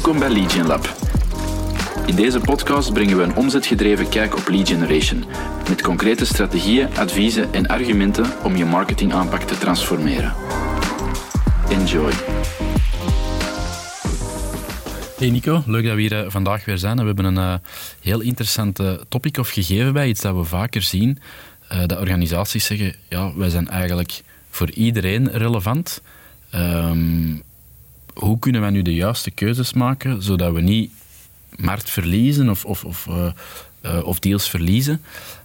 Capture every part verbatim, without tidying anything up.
Welkom bij Lead Gen Lab. In deze podcast brengen we een omzetgedreven kijk op lead generation, met concrete strategieën, adviezen en argumenten om je marketingaanpak te transformeren. Enjoy. Hey Nico, leuk dat we hier uh, vandaag weer zijn. We hebben een uh, heel interessant uh, topic of gegeven bij, iets dat we vaker zien. Uh, dat organisaties zeggen, ja, wij zijn eigenlijk voor iedereen relevant. Um, hoe kunnen wij nu de juiste keuzes maken, zodat we niet markt verliezen of, of, of, uh, uh, of deals verliezen.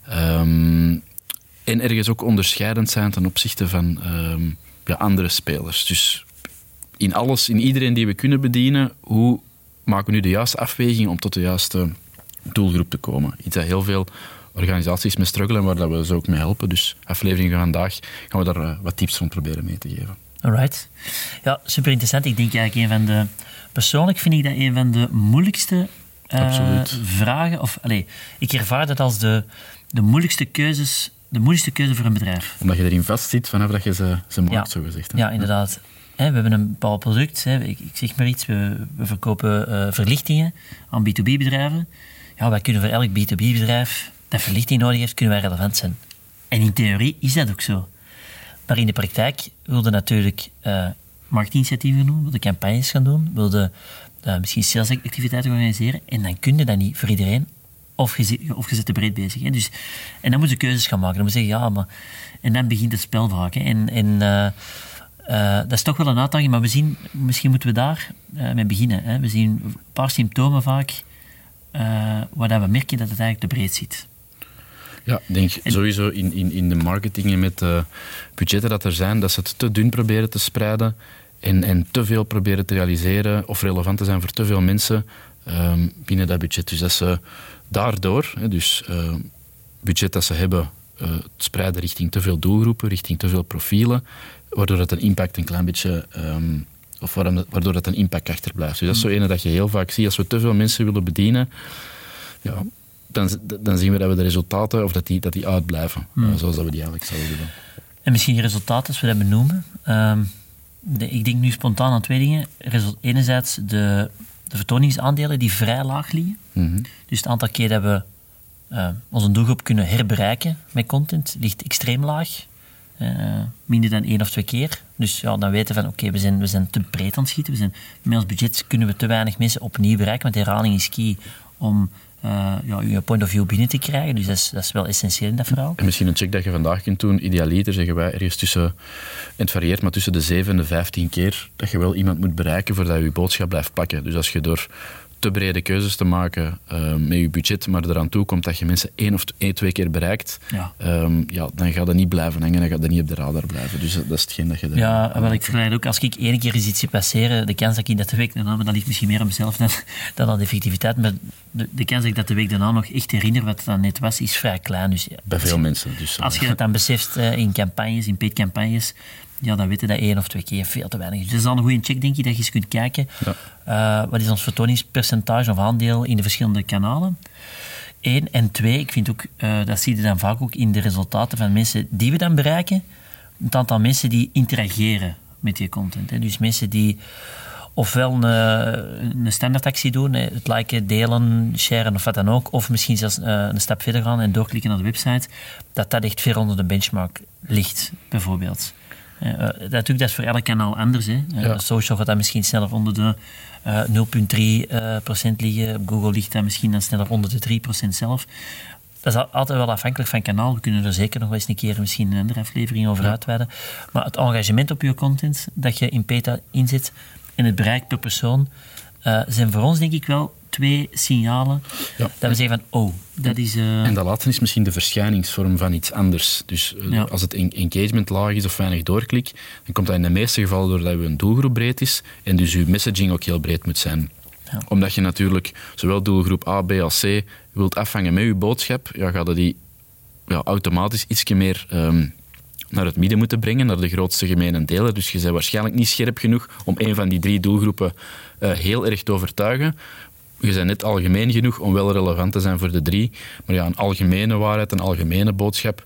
Um, en ergens ook onderscheidend zijn ten opzichte van um, ja, andere spelers. Dus in alles, in iedereen die we kunnen bedienen, hoe maken we nu de juiste afweging om tot de juiste doelgroep te komen? Iets dat heel veel organisaties mee struggelen en waar dat we ze ook mee helpen. Dus aflevering van vandaag gaan we daar uh, wat tips rond proberen mee te geven. Alright. Ja, super interessant. Ik denk eigenlijk een van de... Persoonlijk vind ik dat een van de moeilijkste uh, vragen... Of, allez, ik ervaar dat als de, de moeilijkste keuzes... De moeilijkste keuze voor een bedrijf. Omdat je erin vastzit vanaf dat je ze, ze maakt, ja. zo gezegd. Hè? Ja, inderdaad. He, we hebben een bepaald product. He, ik, ik zeg maar iets. We, we verkopen uh, verlichtingen aan B twee B bedrijven. Ja, wij kunnen voor elk B twee B bedrijf dat verlichting nodig heeft, kunnen wij relevant zijn. En in theorie is dat ook zo. Maar in de praktijk wilde natuurlijk uh, marketinginitiatieven doen, wilde campagnes gaan doen, wilde uh, misschien salesactiviteiten organiseren. En dan kun je dat niet voor iedereen. Of je, zit, of je zit te breed bezig. Hè. Dus, en dan moet je keuzes gaan maken. Dan moet je zeggen, ja, maar... En dan begint het spel vaak. Hè. En, en uh, uh, dat is toch wel een uitdaging, maar we zien... Misschien moeten we daar uh, mee beginnen. Hè. We zien een paar symptomen vaak uh, waar we merken dat het eigenlijk te breed zit. Ja, ik denk en, sowieso in, in, in de marketing en met de budgetten dat er zijn, dat ze het te dun proberen te spreiden en, en te veel proberen te realiseren of relevant te zijn voor te veel mensen um, binnen dat budget. Dus dat ze daardoor, hè, dus uh, budget dat ze hebben, uh, spreiden richting te veel doelgroepen, richting te veel profielen, waardoor dat een impact een klein beetje... Um, of waardoor dat een impact achterblijft. Dus dat is zo ene dat je heel vaak ziet. Als we te veel mensen willen bedienen, ja, dan, dan zien we dat we de resultaten, of dat die, dat die uitblijven. Hmm. Uh, zoals dat we die eigenlijk zouden willen. En misschien die resultaten, als we dat benoemen. Um, de, ik denk nu spontaan aan twee dingen. Enerzijds de, de vertoningsaandelen die vrij laag liggen. Mm-hmm. Dus het aantal keer dat we uh, onze doelgroep kunnen herbereiken met content ligt extreem laag. Uh, minder dan één of twee keer. Dus ja, dan weten we van, oké, okay, we, zijn, we zijn te breed aan het schieten. We zijn, met ons budget kunnen we te weinig mensen opnieuw bereiken, want herhaling is key om uh, ja, je point of view binnen te krijgen. Dus dat is, dat is wel essentieel in dat verhaal. En misschien een check dat je vandaag kunt doen. Idealiter zeggen wij ergens tussen, en het varieert, maar tussen de zeven en de vijftien keer dat je wel iemand moet bereiken voordat je je boodschap blijft pakken. Dus als je door te brede keuzes te maken uh, met je budget, maar eraan toe komt dat je mensen één of één, twee keer bereikt, ja. Um, ja, dan gaat dat niet blijven hangen, dan gaat dat niet op de radar blijven. Dus dat is hetgeen dat je... Ja, wel, ik vergelijk ook, als ik één keer eens iets zie passeren, de kans dat ik dat de week daarna, maar dat ligt misschien meer aan mezelf dan, dan aan de effectiviteit, maar de, de kans dat ik dat de week daarna nog echt herinner wat het dan net was, is vrij klein. Dus, ja, bij veel je, mensen. Dus, als je dat dan beseft uh, in campagnes, in paid campagnes, ja, dan weten dat één of twee keer veel te weinig. Dus dat is dan een goede check, denk ik, dat je eens kunt kijken. Ja. Uh, wat is ons vertoningspercentage of aandeel in de verschillende kanalen? Eén. En twee, ik vind ook, uh, dat zie je dan vaak ook in de resultaten van mensen die we dan bereiken. Het aantal mensen die interageren met die content. Hè. Dus mensen die ofwel een, een standaardactie doen, het liken, delen, sharen of wat dan ook, of misschien zelfs uh, een stap verder gaan en doorklikken naar de website, dat dat echt ver onder de benchmark ligt, bijvoorbeeld. Uh, natuurlijk, dat is voor elk kanaal anders. Hè. Uh, ja. Social gaat dat misschien sneller onder de uh, nul komma drie procent liggen. Google ligt dat misschien dan sneller onder de drie procent zelf. Dat is altijd wel afhankelijk van kanaal. We kunnen er zeker nog wel eens een keer misschien een andere aflevering over ja. uitweiden. Maar het engagement op je content dat je in Peta inzet en het bereik per persoon uh, zijn voor ons denk ik wel twee signalen ja. dat we zeggen van, oh, dat is... Uh... En dat laatste is misschien de verschijningsvorm van iets anders. Dus uh, ja. als het engagement laag is of weinig doorklik, dan komt dat in de meeste gevallen doordat je een doelgroep breed is en dus je messaging ook heel breed moet zijn. Ja. Omdat je natuurlijk zowel doelgroep A, B als C wilt afvangen met je boodschap, ja, gaat je die ja, automatisch ietsje meer um, naar het midden moeten brengen, naar de grootste gemene deler. Dus je bent waarschijnlijk niet scherp genoeg om een van die drie doelgroepen uh, heel erg te overtuigen. Je bent net algemeen genoeg om wel relevant te zijn voor de drie. Maar ja, een algemene waarheid, een algemene boodschap,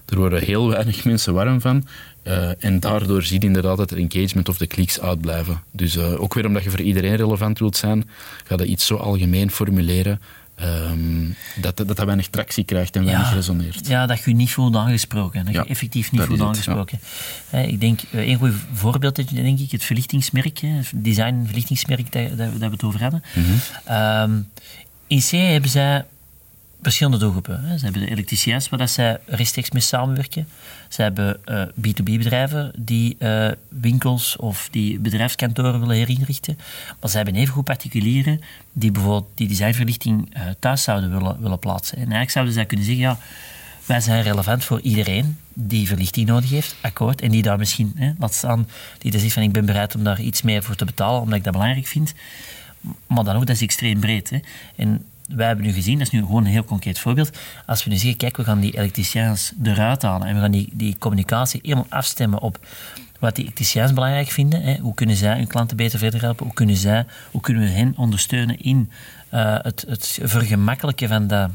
Er worden heel weinig mensen warm van. Uh, en daardoor zie je inderdaad dat er engagement of de kliks uitblijven. Dus uh, ook weer omdat je voor iedereen relevant wilt zijn, ga je iets zo algemeen formuleren um, dat, dat dat weinig tractie krijgt en weinig ja, resoneert. Ja, dat je je niet voelt aangesproken. Dat je ja, effectief niet voelt aangesproken. Ja. Ik denk, een goed voorbeeld is denk ik het verlichtingsmerk, het design verlichtingsmerk dat, dat we het over hadden. Mm-hmm. Um, in C hebben zij verschillende doelgroepen. Ze hebben de elektriciëns, waar zij rechtstreeks mee samenwerken. Ze hebben uh, B to B bedrijven die uh, winkels of die bedrijfskantoren willen herinrichten. Maar ze hebben evengoed particulieren die bijvoorbeeld die designverlichting uh, thuis zouden willen, willen plaatsen. En eigenlijk zouden zij kunnen zeggen, ja, wij zijn relevant voor iedereen die verlichting nodig heeft, akkoord, en die daar misschien, hè, laat staan, die zegt van ik ben bereid om daar iets meer voor te betalen, omdat ik dat belangrijk vind. Maar dan ook, dat is extreem breed. Hè. En wij hebben nu gezien, dat is nu gewoon een heel concreet voorbeeld, als we nu zeggen, kijk, we gaan die elektriciëns eruit halen en we gaan die, die communicatie helemaal afstemmen op wat die elektriciëns belangrijk vinden. Hè. Hoe kunnen zij hun klanten beter verder helpen? Hoe kunnen, zij, hoe kunnen we hen ondersteunen in uh, het, het vergemakkelijken van dat,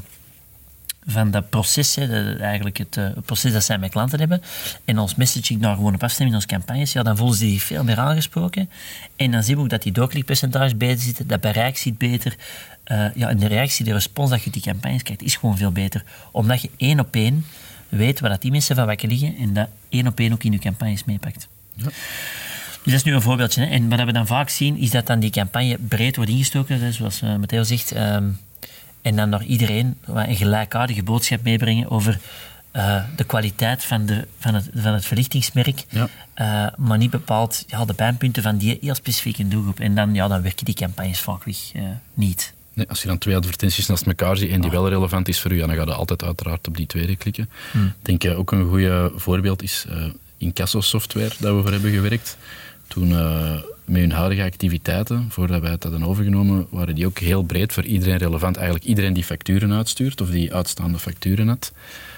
van dat proces, hè, de, eigenlijk het, uh, het proces dat zij met klanten hebben. En ons messaging daar gewoon op afstemmen in onze campagnes, ja, dan voelen ze zich veel meer aangesproken. En dan zien we ook dat die doorklikpercentages beter zitten, dat bereik ziet beter. Uh, ja, en de reactie, de respons dat je op die campagnes krijgt, is gewoon veel beter. Omdat je één op één weet waar dat die mensen van wakker liggen en dat één op één ook in je campagnes meepakt. Ja. Dus dat is nu een voorbeeldje. Hè. En wat we dan vaak zien, is dat dan die campagne breed wordt ingestoken, hè, zoals uh, Matteo zegt. Um, en dan naar iedereen een gelijkaardige boodschap meebrengen over uh, de kwaliteit van, de, van, het, van het verlichtingsmerk, ja. uh, maar niet bepaald ja, de pijnpunten van die heel specifieke doelgroep. En dan, ja, dan werken die campagnes vaak weg uh, niet. Nee, als je dan twee advertenties naast elkaar ziet en die wel relevant is voor u, dan ga je altijd uiteraard op die tweede klikken. Hmm. Ik denk uh, ook een goed voorbeeld is uh, incasso-software dat we voor hebben gewerkt. Toen uh, met hun huidige activiteiten, voordat wij het hadden overgenomen, waren die ook heel breed voor iedereen relevant. Eigenlijk iedereen die facturen uitstuurt of die uitstaande facturen had.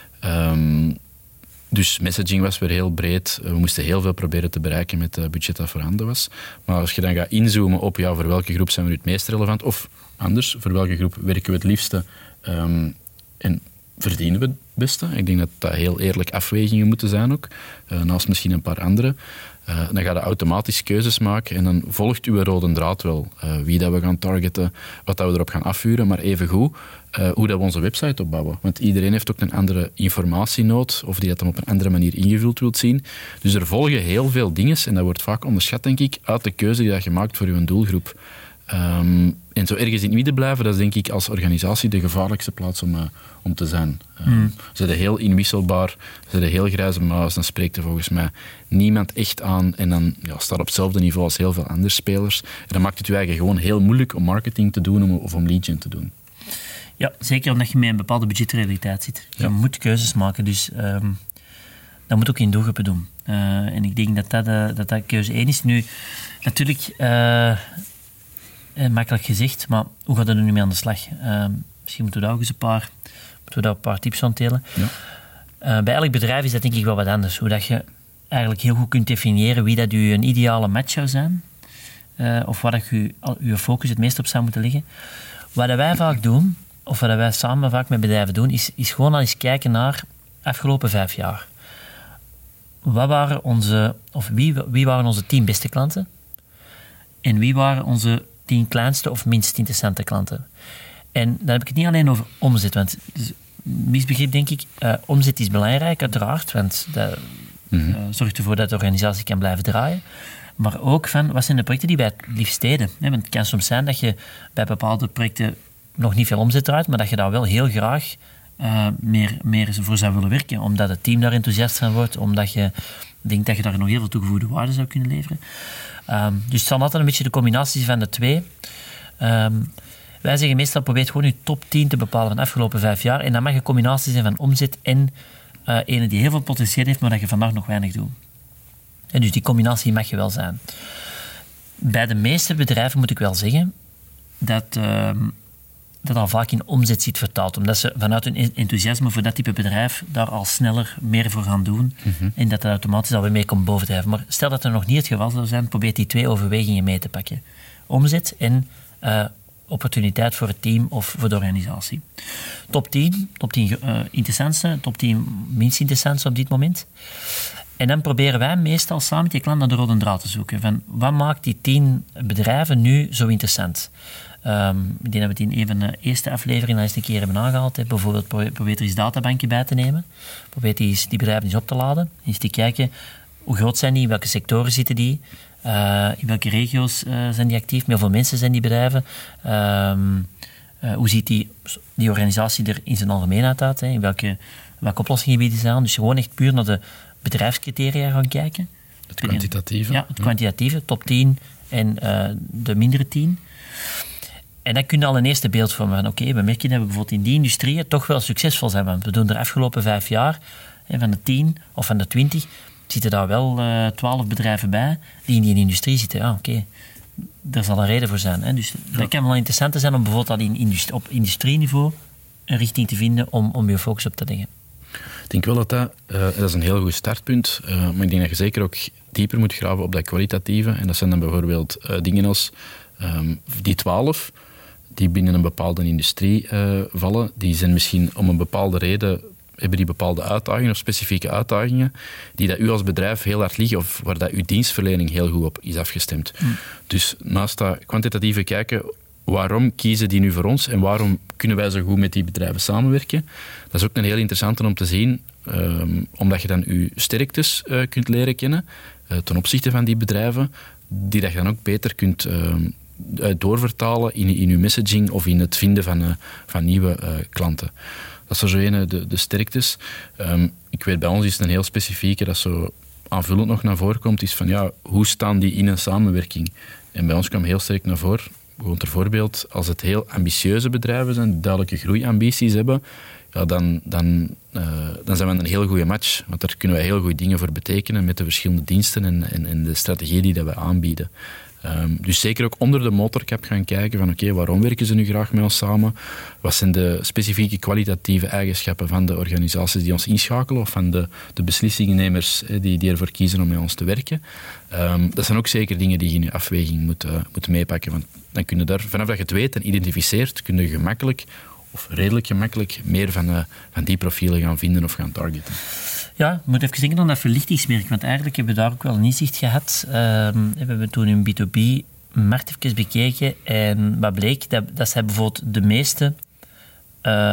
Um, dus messaging was weer heel breed. We moesten heel veel proberen te bereiken met het budget dat voorhanden was. Maar als je dan gaat inzoomen op ja, voor welke groep zijn we nu het meest relevant, of anders, voor welke groep werken we het liefste um, en verdienen we het beste. Ik denk dat dat heel eerlijk afwegingen moeten zijn ook, uh, naast misschien een paar andere. Uh, dan ga je automatisch keuzes maken en dan volgt uw rode draad wel. Uh, wie dat we gaan targeten, wat dat we erop gaan afvuren, maar evengoed uh, hoe dat we onze website opbouwen. Want iedereen heeft ook een andere informatienood of die dat dan op een andere manier ingevuld wilt zien. Dus er volgen heel veel dingen en dat wordt vaak onderschat, denk ik, uit de keuze die dat je maakt voor uw doelgroep. Um, en zo ergens in het midden blijven, dat is denk ik als organisatie de gevaarlijkste plaats om, uh, om te zijn. Um, mm. Ze zijn heel inwisselbaar, ze zijn heel grijze muis, dan spreekt er volgens mij niemand echt aan en dan ja, staat op hetzelfde niveau als heel veel andere spelers. En dan maakt het je eigen gewoon heel moeilijk om marketing te doen om, of om lead gen te doen. Ja, zeker omdat je met een bepaalde budgetrealiteit zit. Je ja. moet keuzes maken, dus um, dat moet ook in doelgroepen doen. Uh, en ik denk dat dat, uh, dat dat keuze één is. Nu, natuurlijk... Uh, Eh, makkelijk gezegd, maar hoe gaat het er nu mee aan de slag? Uh, misschien moeten we daar ook eens een paar, moeten we daar een paar tips aan delen. Ja. Uh, bij elk bedrijf is dat denk ik wel wat anders. Hoe dat je eigenlijk heel goed kunt definiëren wie dat je een ideale match zou zijn. Uh, of waar dat je je focus het meest op zou moeten liggen. Wat dat wij vaak doen, of wat dat wij samen vaak met bedrijven doen, is, is gewoon al eens kijken naar de afgelopen vijf jaar. Wat waren onze, of wie, wie waren onze tien beste klanten? En wie waren onze tien kleinste of minst interessante klanten. En dan heb ik het niet alleen over omzet, want dus, misbegrip denk ik, uh, omzet is belangrijk uiteraard, want dat mm-hmm. uh, zorgt ervoor dat de organisatie kan blijven draaien. Maar ook van, wat zijn de projecten die wij het liefst deden? Hè? Want het kan soms zijn dat je bij bepaalde projecten nog niet veel omzet draait, maar dat je daar wel heel graag uh, meer, meer voor zou willen werken, omdat het team daar enthousiast van wordt, omdat je denkt dat je daar nog heel veel toegevoegde waarde zou kunnen leveren. Um, dus het zal altijd een beetje de combinatie van de twee. Um, wij zeggen meestal, probeer gewoon je top tien te bepalen van de afgelopen vijf jaar. En dat mag een combinatie zijn van omzet en uh, ene die heel veel potentieel heeft, maar dat je vandaag nog weinig doet. En dus die combinatie mag je wel zijn. Bij de meeste bedrijven moet ik wel zeggen dat uh, dat al vaak in omzet zit vertaald. Omdat ze vanuit hun enthousiasme voor dat type bedrijf daar al sneller meer voor gaan doen. Mm-hmm. En dat dat automatisch alweer mee komt bovendrijven. Maar stel dat er nog niet het geval zou zijn, probeer die twee overwegingen mee te pakken. Omzet en uh, opportuniteit voor het team of voor de organisatie. Top tien, top tien uh, interessantste, top tien minst interessantste op dit moment. En dan proberen wij meestal samen met die klant naar de rode draad te zoeken. Van wat maakt die tien bedrijven nu zo interessant? Um, ik denk dat we het in een van de eerste afleveringen al eens een keer hebben aangehaald. Hè. Bijvoorbeeld probeer er eens databanken bij te nemen. Probeer die, die bedrijven eens op te laden. Eens te kijken hoe groot zijn die, in welke sectoren zitten die, uh, in welke regio's uh, zijn die actief, met hoeveel mensen zijn die bedrijven. Um, uh, hoe ziet die, die organisatie er in zijn algemeenheid uit? Hè. In welke, welke oplossingen bieden ze aan? Dus gewoon echt puur naar de bedrijfscriteria gaan kijken. Het kwantitatieve. Ja, het kwantitatieve, top tien en uh, de mindere tien. En dan kun je al een eerste beeld vormen van, oké, okay, we merken dat we bijvoorbeeld in die industrieën toch wel succesvol zijn. Want we doen de afgelopen vijf jaar, hè, van de tien of van de twintig, zitten daar wel uh, twaalf bedrijven bij die in die industrie zitten. Ja, oké, okay. Daar zal een reden voor zijn. Hè. Dus ja. Dat kan wel interessant zijn om bijvoorbeeld dat in industrie, op industrieniveau een richting te vinden om, om je focus op te leggen. Ik denk wel dat dat, uh, dat is een heel goed startpunt, uh, maar ik denk dat je zeker ook dieper moet graven op dat kwalitatieve. En dat zijn dan bijvoorbeeld uh, dingen als um, die twaalf, die binnen een bepaalde industrie uh, vallen. Die zijn misschien om een bepaalde reden, hebben die bepaalde uitdagingen of specifieke uitdagingen, die dat u als bedrijf heel hard liggen of waar dat uw dienstverlening heel goed op is afgestemd. Mm. Dus naast dat kwantitatieve kijken, waarom kiezen die nu voor ons en waarom kunnen wij zo goed met die bedrijven samenwerken? Dat is ook een heel interessante om te zien, um, omdat je dan je sterktes uh, kunt leren kennen uh, ten opzichte van die bedrijven, die dat je dan ook beter kunt uh, doorvertalen in, in je messaging of in het vinden van, uh, van nieuwe uh, klanten. Dat is er zo een, de, de sterktes. Um, ik weet, bij ons is het een heel specifieke, dat zo aanvullend nog naar voren komt, is van ja, hoe staan die in een samenwerking? En bij ons kwam heel sterk naar voren, gewoon ter voorbeeld, als het heel ambitieuze bedrijven zijn, duidelijke groeiambities hebben, ja, dan, dan, uh, dan zijn we een heel goede match. Want daar kunnen wij heel goede dingen voor betekenen met de verschillende diensten en, en, en de strategie die dat we aanbieden. Um, dus zeker ook onder de motorkap gaan kijken van oké, okay, waarom werken ze nu graag met ons samen? Wat zijn de specifieke kwalitatieve eigenschappen van de organisaties die ons inschakelen of van de, de beslissingennemers die, die ervoor kiezen om met ons te werken? Um, dat zijn ook zeker dingen die je in je afweging moet, uh, moet meepakken. Want dan kun je daar, vanaf dat je het weet en identificeert, kun je gemakkelijk of redelijk gemakkelijk meer van, uh, van die profielen gaan vinden of gaan targeten. Ja, ik moet even denken aan dat verlichtingsmerk, want eigenlijk hebben we daar ook wel een inzicht gehad. Uh, we hebben toen een B twee B-markt even bekeken en wat bleek, dat, dat zij bijvoorbeeld de meeste uh,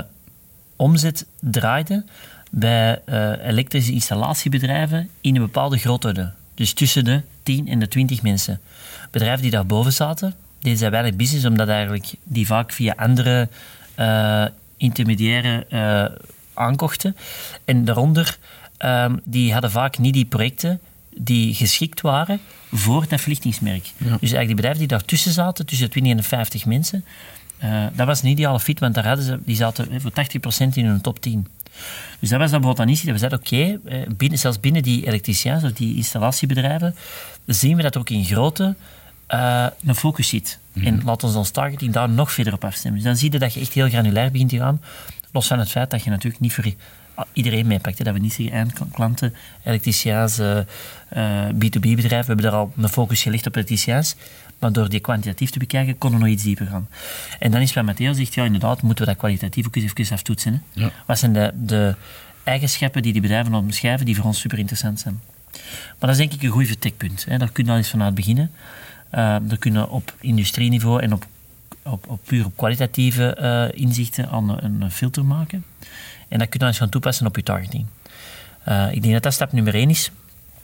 omzet draaiden bij uh, elektrische installatiebedrijven in een bepaalde grootorde. Dus tussen de tien en de twintig mensen. Bedrijven die daarboven zaten, deden zij weinig business, omdat eigenlijk die vaak via andere uh, intermediaire uh, aankochten. En daaronder, um, die hadden vaak niet die projecten die geschikt waren voor dat verlichtingsmerk. Ja. Dus eigenlijk die bedrijven die daartussen zaten, tussen de twintig en de vijftig mensen, uh, dat was een ideale fit, want daar hadden ze, die zaten voor tachtig procent in hun top tien. Dus dat was dan bijvoorbeeld aan inzicht. Dat we zeiden, oké, okay, binnen, zelfs binnen die elektriciëns of die installatiebedrijven, zien we dat er ook in grote uh, een focus zit. Mm-hmm. En laat ons ons targeting daar nog verder op afstemmen. Dus dan zie je dat je echt heel granulair begint te gaan. Los van het feit dat je natuurlijk niet voor iedereen meepakt. Hè. Dat we niet zeggen, eindklanten, elektriciëns, uh, uh, B twee B-bedrijven, we hebben daar al een focus gelegd op elektriciëns. Maar door die kwantitatief te bekijken, konden we nog iets dieper gaan. En dan is wat Matteo zegt, ja, inderdaad, moeten we dat kwalitatief ook eens even aftoetsen. Hè. Ja. Wat zijn de, de eigenschappen die die bedrijven omschrijven, die voor ons super interessant zijn? Maar dat is denk ik een goed vertrekpunt. Hè. Daar kun je al eens vanuit beginnen. Uh, daar kunnen op industrieniveau en op, op, op puur op kwalitatieve uh, inzichten aan een, een filter maken. En dat kun je dan eens gaan toepassen op je targeting. Uh, ik denk dat dat stap nummer één is.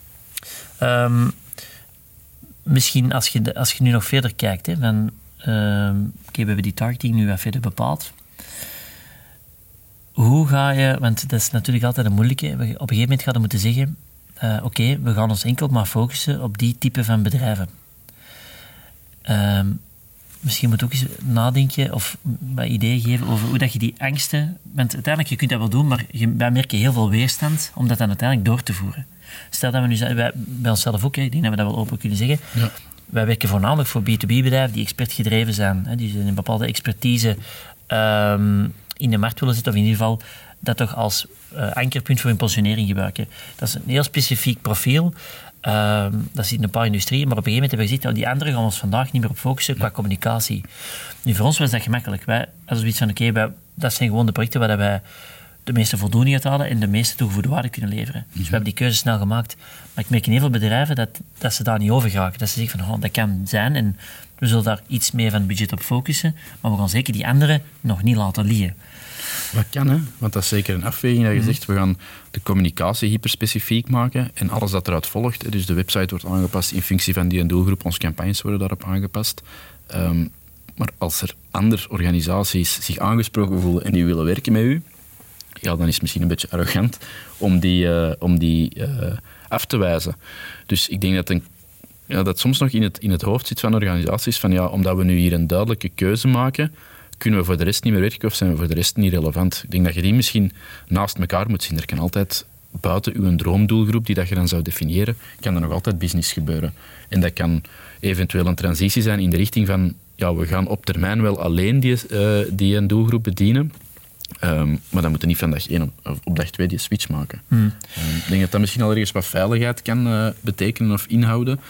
Um, Misschien als je, als je nu nog verder kijkt, hè, van, uh, oké, okay, we hebben die targeting nu wat verder bepaald. Hoe ga je, want dat is natuurlijk altijd een moeilijke, op een gegeven moment ga je moeten zeggen, uh, oké, okay, we gaan ons enkel maar focussen op die type van bedrijven. Uh, misschien moet je ook eens nadenken of wat ideeën geven over hoe dat je die angsten, want uiteindelijk, je kunt dat wel doen, maar je, wij merken heel veel weerstand om dat dan uiteindelijk door te voeren. Stel dat we nu zeggen, wij, bij onszelf ook, ik denk dat we dat wel open kunnen zeggen, ja. Wij werken voornamelijk voor B twee B-bedrijven die expertgedreven zijn, hè, die een bepaalde expertise um, in de markt willen zetten, of in ieder geval dat toch als uh, ankerpunt voor hun positionering gebruiken. Dat is een heel specifiek profiel, Uh, dat zit in een paar industrieën, maar op een gegeven moment hebben we gezegd, oh, die anderen gaan we ons vandaag niet meer op focussen qua communicatie. Nu, voor ons was dat gemakkelijk. Wij hadden zoiets van, oké, okay, dat zijn gewoon de projecten waar wij de meeste voldoening uit halen en de meeste toegevoegde waarde kunnen leveren. Dus we hebben die keuze snel gemaakt. Maar ik merk in heel veel bedrijven dat, dat ze daar niet over geraken. Dat ze zeggen van, oh, dat kan zijn en we zullen daar iets meer van het budget op focussen, maar we gaan zeker die anderen nog niet laten liggen. Dat kan, hè? Want dat is zeker een afweging dat je zegt, we gaan de communicatie hyperspecifiek maken en alles dat eruit volgt. Dus de website wordt aangepast in functie van die doelgroep, onze campagnes worden daarop aangepast. Um, maar als er andere organisaties zich aangesproken voelen en die willen werken met u, ja, dan is het misschien een beetje arrogant om die, uh, om die uh, af te wijzen. Dus ik denk dat, een, ja, dat soms nog in het, in het hoofd zit van organisaties van ja, omdat we nu hier een duidelijke keuze maken, kunnen we voor de rest niet meer werken of zijn we voor de rest niet relevant? Ik denk dat je die misschien naast elkaar moet zien. Er kan altijd buiten uw droomdoelgroep, die dat je dan zou definiëren, kan er nog altijd business gebeuren. En dat kan eventueel een transitie zijn in de richting van ja, we gaan op termijn wel alleen die, uh, die een doelgroep bedienen, um, maar dan moeten we niet van dag één op, op dag twee die switch maken. Mm. Um, ik denk dat dat misschien al ergens wat veiligheid kan uh, betekenen of inhouden.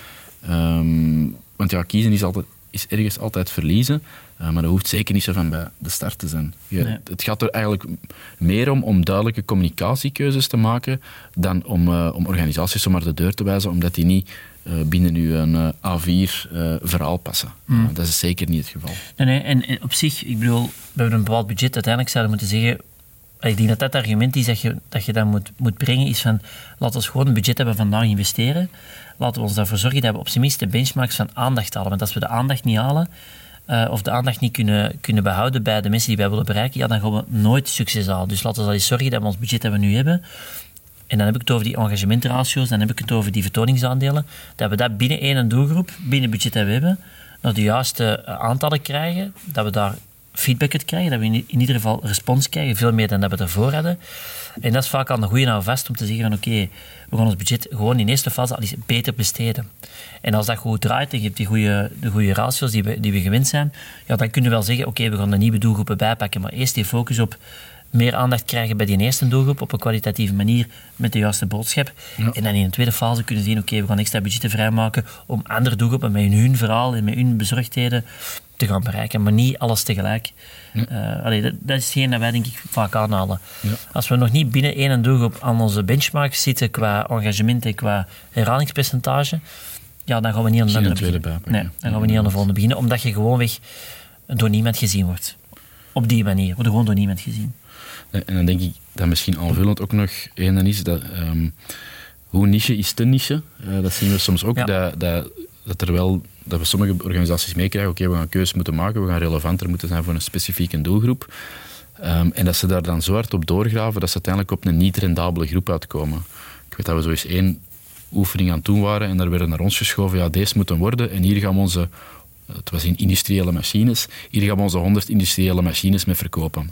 Um, want ja, kiezen is altijd is ergens altijd verliezen, uh, maar dat hoeft zeker niet zo van bij de start te zijn. Je, nee. Het gaat er eigenlijk meer om om duidelijke communicatiekeuzes te maken dan om, uh, om organisaties zomaar de deur te wijzen, omdat die niet uh, binnen nu een uh, A vier uh, verhaal passen. Mm. Uh, dat is zeker niet het geval. Nee, nee, en, en op zich, ik bedoel, we hebben een bepaald budget, uiteindelijk zouden we moeten zeggen, ik denk dat dat het argument is dat je, dat je dan moet, moet brengen, is van, laten we gewoon een budget hebben vandaag investeren. Laten we ons daarvoor zorgen dat we op zijn minst de benchmarks van aandacht halen. Want als we de aandacht niet halen, uh, of de aandacht niet kunnen, kunnen behouden bij de mensen die wij willen bereiken, ja, dan gaan we nooit succes halen. Dus laten we eens zorgen dat we ons budget dat we nu hebben, en dan heb ik het over die engagementratio's, dan heb ik het over die vertoningsaandelen, dat we dat binnen één doelgroep, binnen het budget dat we hebben, naar de juiste aantallen krijgen, dat we daar feedback het krijgen, dat we in, in ieder geval respons krijgen, veel meer dan dat we ervoor hadden. En dat is vaak al een goede nou vast om te zeggen van oké, okay, we gaan ons budget gewoon in eerste fase al eens beter besteden. En als dat goed draait en je hebt die goede, de goede ratio's die we, die we gewend zijn, ja, dan kunnen we wel zeggen oké, okay, we gaan de nieuwe doelgroepen bijpakken, maar eerst die focus op meer aandacht krijgen bij die eerste doelgroep op een kwalitatieve manier met de juiste boodschap. Ja. En dan in een tweede fase kunnen zien, oké, okay, we gaan extra budgetten vrijmaken om andere doelgroepen met hun verhaal en met hun bezorgdheden te gaan bereiken, maar niet alles tegelijk. Ja. Uh, allee, dat, dat is hetgeen dat wij denk ik vaak aanhalen. Ja. Als we nog niet binnen één doelgroep aan onze benchmarks zitten qua engagement en qua herhalingspercentage, ja, dan gaan we niet aan de, andere tweede bij, nee, dan gaan we niet aan de volgende beginnen, omdat je gewoonweg door niemand gezien wordt. Op die manier wordt er gewoon door niemand gezien. En dan denk ik dat misschien aanvullend ook nog één is dat um, hoe niche is te niche. Uh, dat zien we soms ook, ja. dat, dat, dat er wel dat we sommige organisaties meekrijgen, oké, okay, we gaan keuzes moeten maken, we gaan relevanter moeten zijn voor een specifieke doelgroep. Um, en dat ze daar dan zo hard op doorgraven, dat ze uiteindelijk op een niet-rendabele groep uitkomen. Ik weet dat we zo eens één oefening aan het doen waren en daar werden naar ons geschoven, ja, deze moeten worden en hier gaan we onze, het was in industriële machines, hier gaan we onze honderd industriële machines mee verkopen.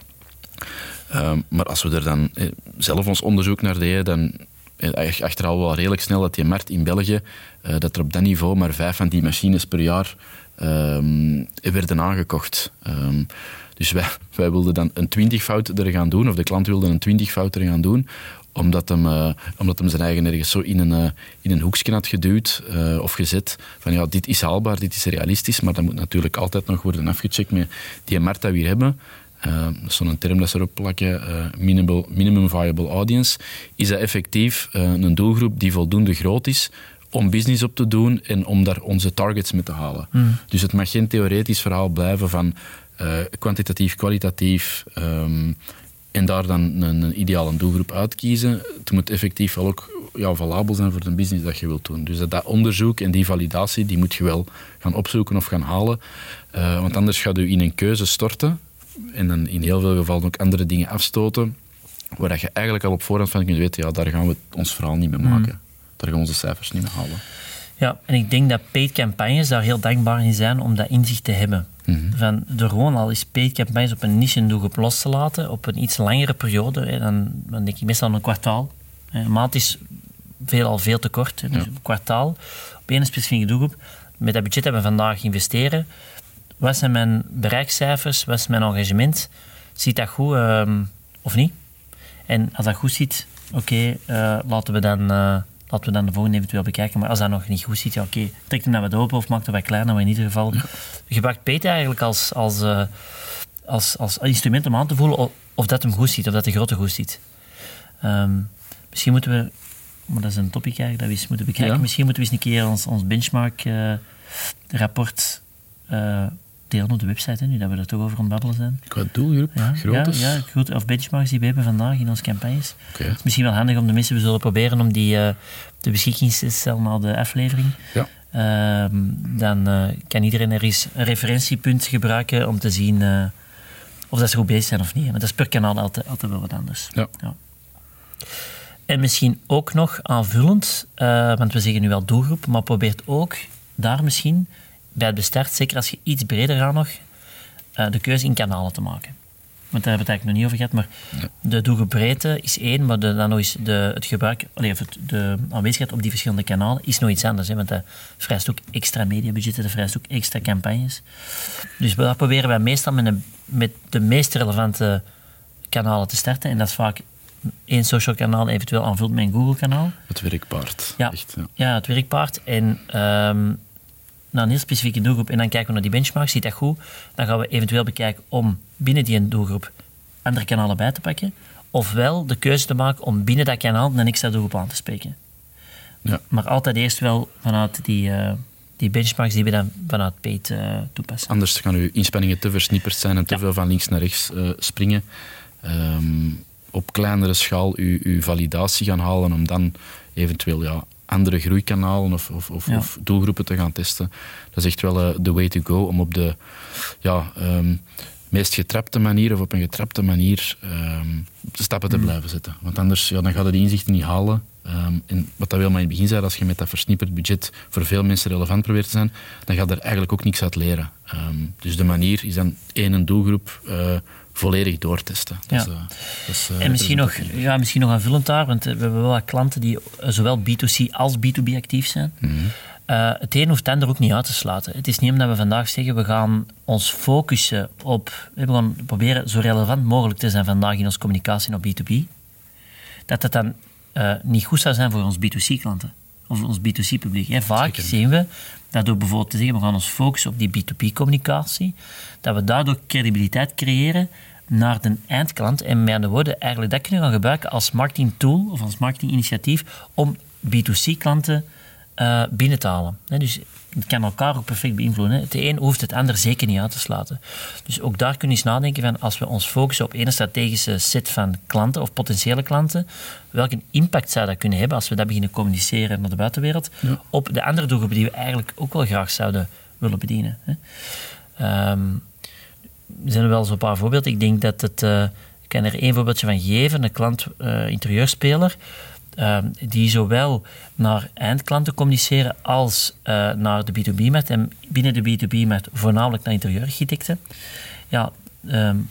Um, maar als we er dan eh, zelf ons onderzoek naar deden, dan eh, achterhalen we wel redelijk snel dat die markt in België, uh, dat er op dat niveau maar vijf van die machines per jaar um, werden aangekocht. Um, dus wij, wij wilden dan een twintigfout er gaan doen, of de klant wilde een twintigfout er gaan doen, omdat hem, uh, omdat hem zijn eigen ergens zo in een, uh, in een hoekje had geduwd uh, of gezet van ja, dit is haalbaar, dit is realistisch, maar dat moet natuurlijk altijd nog worden afgecheckt met die markt dat we hier hebben. Uh, dat is zo'n term dat ze erop plakken, uh, minimum, minimum viable audience. Is dat effectief uh, een doelgroep die voldoende groot is om business op te doen en om daar onze targets mee te halen. Mm. Dus het mag geen theoretisch verhaal blijven van uh, kwantitatief, kwalitatief um, en daar dan een, een ideale doelgroep uitkiezen. Het moet effectief wel ook ja, valabel zijn voor de business dat je wilt doen. Dus dat, dat onderzoek en die validatie, die moet je wel gaan opzoeken of gaan halen. Uh, want anders gaat u in een keuze storten en dan in heel veel gevallen ook andere dingen afstoten, waar je eigenlijk al op voorhand van kunt weten, ja, daar gaan we ons verhaal niet mee maken. Mm. Daar gaan we onze cijfers niet mee halen. Ja, en ik denk dat paid campagnes daar heel dankbaar in zijn om dat inzicht te hebben. Mm-hmm. Van, door gewoon al eens paid campagnes op een niche doelgroep los te laten, op een iets langere periode, hè, dan, dan denk ik meestal een kwartaal. Een maand is veelal veel te kort. Hè, dus ja. Een kwartaal op één specifieke doelgroep. Met dat budget dat we vandaag investeren, wat zijn mijn bereikcijfers, wat is mijn engagement? Ziet dat goed um, of niet? En als dat goed ziet, oké, okay, uh, laten we dan uh, laten we dan de volgende eventueel bekijken. Maar als dat nog niet goed zit, ja oké, okay, trek hem dan wat open of maak het wat kleiner, maar in ieder geval ja. gebruik Peter eigenlijk als, als, uh, als, als instrument om aan te voelen of, of dat hem goed zit, of dat de grote goed zit. Um, misschien moeten we, maar dat is een topic eigenlijk dat we eens moeten bekijken, ja. misschien moeten we eens een keer ons, ons benchmark uh, rapport uh, delen op de website, hè, nu dat we er toch over aan het babbelen zijn. Qua doelgroep, ja, groottes? Ja, ja groot, of benchmarks die we hebben vandaag in onze campagnes. Okay. Het is misschien wel handig om de mensen, we zullen proberen om die uh, de beschikking te stellen na de aflevering. Ja. Uh, dan uh, kan iedereen er eens een referentiepunt gebruiken om te zien uh, of dat ze goed bezig zijn of niet. Want dat is per kanaal altijd, altijd wel wat anders. Ja. Ja. En misschien ook nog aanvullend, uh, want we zeggen nu wel doelgroep, maar probeert ook daar misschien bij het bestart, zeker als je iets breder gaat nog, uh, de keuze in kanalen te maken. Want daar hebben we het eigenlijk nog niet over gehad, maar ja. de doelgroepbreedte is één, maar de, dan nog eens de, het gebruik, allee, of het, de aanwezigheid op die verschillende kanalen is nog iets anders, hè, want dat vereist ook extra mediabudgetten, dat vereist ook extra campagnes. Dus daar proberen wij meestal met, een, met de meest relevante kanalen te starten, en dat is vaak één social kanaal, eventueel aanvult met een Google-kanaal. Het werkpaard. Ja, echt, ja. ja het werkpaard. En um, naar een heel specifieke doelgroep. En dan kijken we naar die benchmarks, ziet dat goed. Dan gaan we eventueel bekijken om binnen die doelgroep andere kanalen bij te pakken. Ofwel de keuze te maken om binnen dat kanaal een extra doelgroep aan te spreken. Ja. Maar altijd eerst wel vanuit die, uh, die benchmarks die we dan vanuit paid uh, toepassen. Anders gaan uw inspanningen te versnipperd zijn en te ja. veel van links naar rechts uh, springen. Um, op kleinere schaal uw, uw validatie gaan halen om dan eventueel ja, andere groeikanalen of, of, of, ja. of doelgroepen te gaan testen. Dat is echt wel uh, the way to go om op de ja, um, meest getrapte manier of op een getrapte manier um, stappen te mm. blijven zetten. Want anders ja, dan gaan we die inzichten niet halen. Um, en wat dat Wilma in het begin zei, als je met dat versnipperd budget voor veel mensen relevant probeert te zijn, dan gaat er eigenlijk ook niks uit leren. Um, dus de manier is dan één doelgroep uh, volledig doortesten. Ja. Dat is, uh, dat is, uh, en misschien nog, ja, misschien nog aanvullend daar, want we hebben wel wat klanten die zowel B twee C als B twee B actief zijn. Mm-hmm. Uh, het een hoeft het ander ook niet uit te sluiten. Het is niet omdat we vandaag zeggen, we gaan ons focussen op, we gaan proberen zo relevant mogelijk te zijn vandaag in onze communicatie op B twee B, dat het dan uh, niet goed zou zijn voor ons B twee C klanten. Of ons B twee C publiek. Hè. Vaak Zeker. zien we dat door bijvoorbeeld te zeggen, we gaan ons focussen op die B twee B communicatie, dat we daardoor credibiliteit creëren naar de eindklant. En met andere woorden, eigenlijk dat kunnen we gaan gebruiken als marketing tool of als marketinginitiatief om B twee C klanten uh, binnen te halen. He, dus het kan elkaar ook perfect beïnvloeden. He. Het een hoeft het ander zeker niet uit te sluiten. Dus ook daar kunnen we eens nadenken van, als we ons focussen op één strategische set van klanten of potentiële klanten, welke impact zou dat kunnen hebben als we dat beginnen communiceren naar de buitenwereld ja. op de andere doelgroepen die we eigenlijk ook wel graag zouden willen bedienen. He. Um, er zijn er wel zo'n paar voorbeelden. Ik denk dat het... Uh, ik kan er één voorbeeldje van geven. Een klant, uh, interieurspeler, uh, die zowel naar eindklanten communiceren als uh, naar de B twee B-markt. En binnen de B twee B-markt voornamelijk naar interieurarchitecten. Ja, um,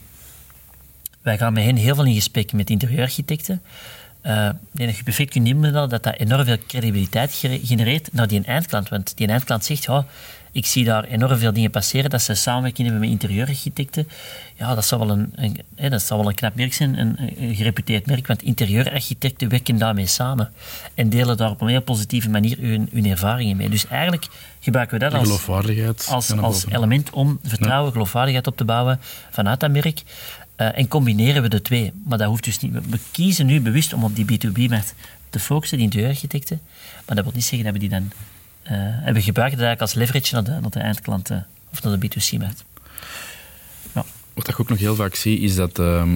wij gaan met hen heel veel in gesprek met interieurarchitecten. Uh, ik denk dat je perfect kunt inbeelden dat dat enorm veel credibiliteit genereert naar die eindklant. Want die eindklant zegt, ja, ik zie daar enorm veel dingen passeren, dat ze samenwerking hebben met interieurarchitecten. Ja, dat zou wel een, een, hè, dat zou wel een knap merk zijn, een, een gereputeerd merk, want interieurarchitecten werken daarmee samen en delen daar op een heel positieve manier hun, hun ervaringen mee. Dus eigenlijk gebruiken we dat als, geloofwaardigheid als, als element om vertrouwen, ja. geloofwaardigheid op te bouwen vanuit dat merk. Uh, en combineren we de twee. Maar dat hoeft dus niet. We kiezen nu bewust om op die B twee B-markt te focussen, die interieurarchitecten. Maar dat wil niet zeggen dat we die dan uh, hebben gebruikt eigenlijk als leverage naar de, naar de eindklant uh, of naar de B twee C-markt. Ja. Wat ik ook nog heel vaak zie, is dat, uh,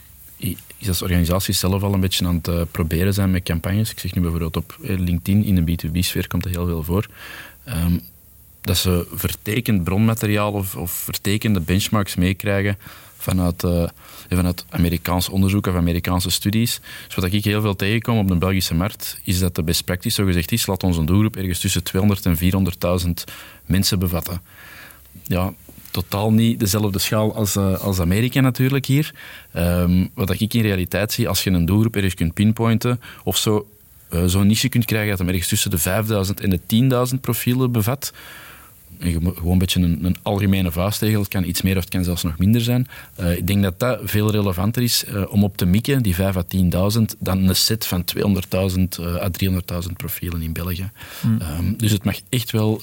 is dat organisaties zelf al een beetje aan het uh, proberen zijn met campagnes. Ik zeg nu bijvoorbeeld op LinkedIn, in de B twee B-sfeer komt dat heel veel voor. Um, dat ze vertekend bronmateriaal of, of vertekende benchmarks meekrijgen vanuit, uh, vanuit Amerikaans onderzoek of Amerikaanse studies. Dus wat ik heel veel tegenkom op de Belgische markt, is dat de best practice zogezegd is, laat onze doelgroep ergens tussen tweehonderd en vierhonderdduizend mensen bevatten. Ja, totaal niet dezelfde schaal als, uh, als Amerika natuurlijk hier. Um, wat ik in realiteit zie, als je een doelgroep ergens kunt pinpointen, of zo, uh, zo'n niche kunt krijgen dat hem ergens tussen de vijfduizend en de tienduizend profielen bevat, gewoon een beetje een, een algemene vuistregel. Het kan iets meer of het kan zelfs nog minder zijn. Uh, ik denk dat dat veel relevanter is uh, om op te mikken, die vijf à tienduizend, dan een set van tweehonderdduizend uh, à driehonderdduizend profielen in België. Mm. Um, dus het mag echt wel,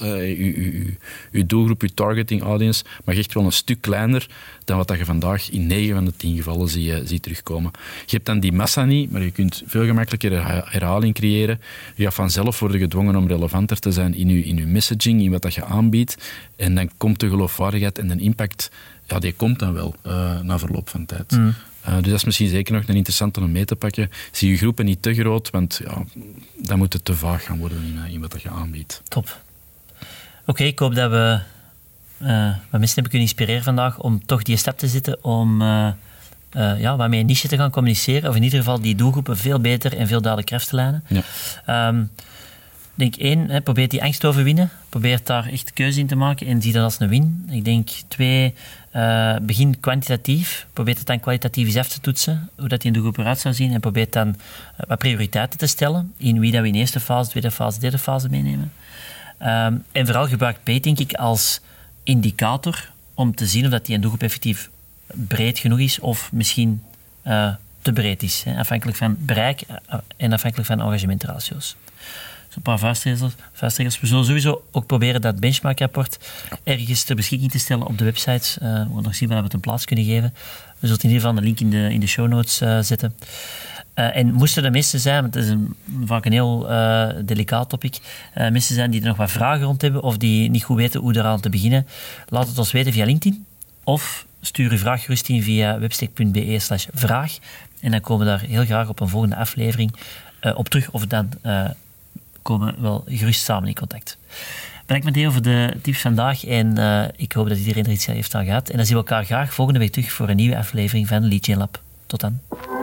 uw doelgroep, uw targeting audience, mag echt wel een stuk kleiner dan wat je vandaag in negen van de tien gevallen zie, uh, ziet terugkomen. Je hebt dan die massa niet, maar je kunt veel gemakkelijker herhaling creëren. Je gaat vanzelf worden gedwongen om relevanter te zijn in je, in je messaging, in wat dat je aanbiedt. En dan komt de geloofwaardigheid en de impact, ja, die komt dan wel uh, na verloop van tijd. Mm. Uh, dus dat is misschien zeker nog een interessante om mee te pakken. Zie je groepen niet te groot, want ja, dan moet het te vaag gaan worden in, in wat dat je aanbiedt. Top. Oké, okay, ik hoop dat we uh, wat mensen hebben kunnen inspireren vandaag om toch die stap te zetten om uh, uh, ja, waarmee een niche te gaan communiceren, of in ieder geval die doelgroepen veel beter en veel duidelijker af te lijnen. Ja. Um, Ik denk één, hè, probeer die angst te overwinnen. Probeer daar echt keuze in te maken en zie dat als een win. Ik denk twee, uh, begin kwantitatief. Probeer het dan kwalitatief eens af te toetsen, hoe dat die in de groep eruit zou zien. En probeer dan uh, wat prioriteiten te stellen in wie dat we in eerste fase, tweede fase, derde fase meenemen. Um, en vooral gebruik paid, denk ik, als indicator om te zien of dat die doelgroep effectief breed genoeg is of misschien uh, te breed is. Hè, afhankelijk van bereik uh, en afhankelijk van engagementratio's. Een paar vuistregels, vuistregels. We zullen sowieso ook proberen dat benchmark-rapport ergens ter beschikking te stellen op de website. Uh, we gaan nog zien waar we het een plaats kunnen geven. We zullen in ieder geval een link in de, in de show notes uh, zetten. Uh, en moesten er mensen zijn, want het is een, vaak een heel uh, delicaat topic, uh, mensen zijn die er nog wat vragen rond hebben of die niet goed weten hoe eraan te beginnen, laat het ons weten via LinkedIn of stuur uw vraag gerust in via webstack.be slash vraag. En dan komen we daar heel graag op een volgende aflevering uh, op terug of dan... Uh, komen wel gerust samen in contact. Bedankt meteen voor de tips vandaag en uh, ik hoop dat iedereen er iets heeft aan gehad. En dan zien we elkaar graag volgende week terug voor een nieuwe aflevering van Lead Gen Lab. Tot dan.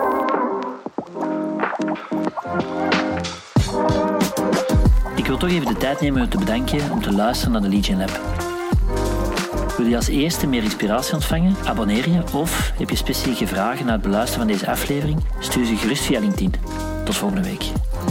Ik wil toch even de tijd nemen om te bedanken om te luisteren naar de Lead Gen Lab. Wil je als eerste meer inspiratie ontvangen? Abonneer je of heb je specifieke vragen na het beluisteren van deze aflevering? Stuur ze gerust via LinkedIn. Tot volgende week.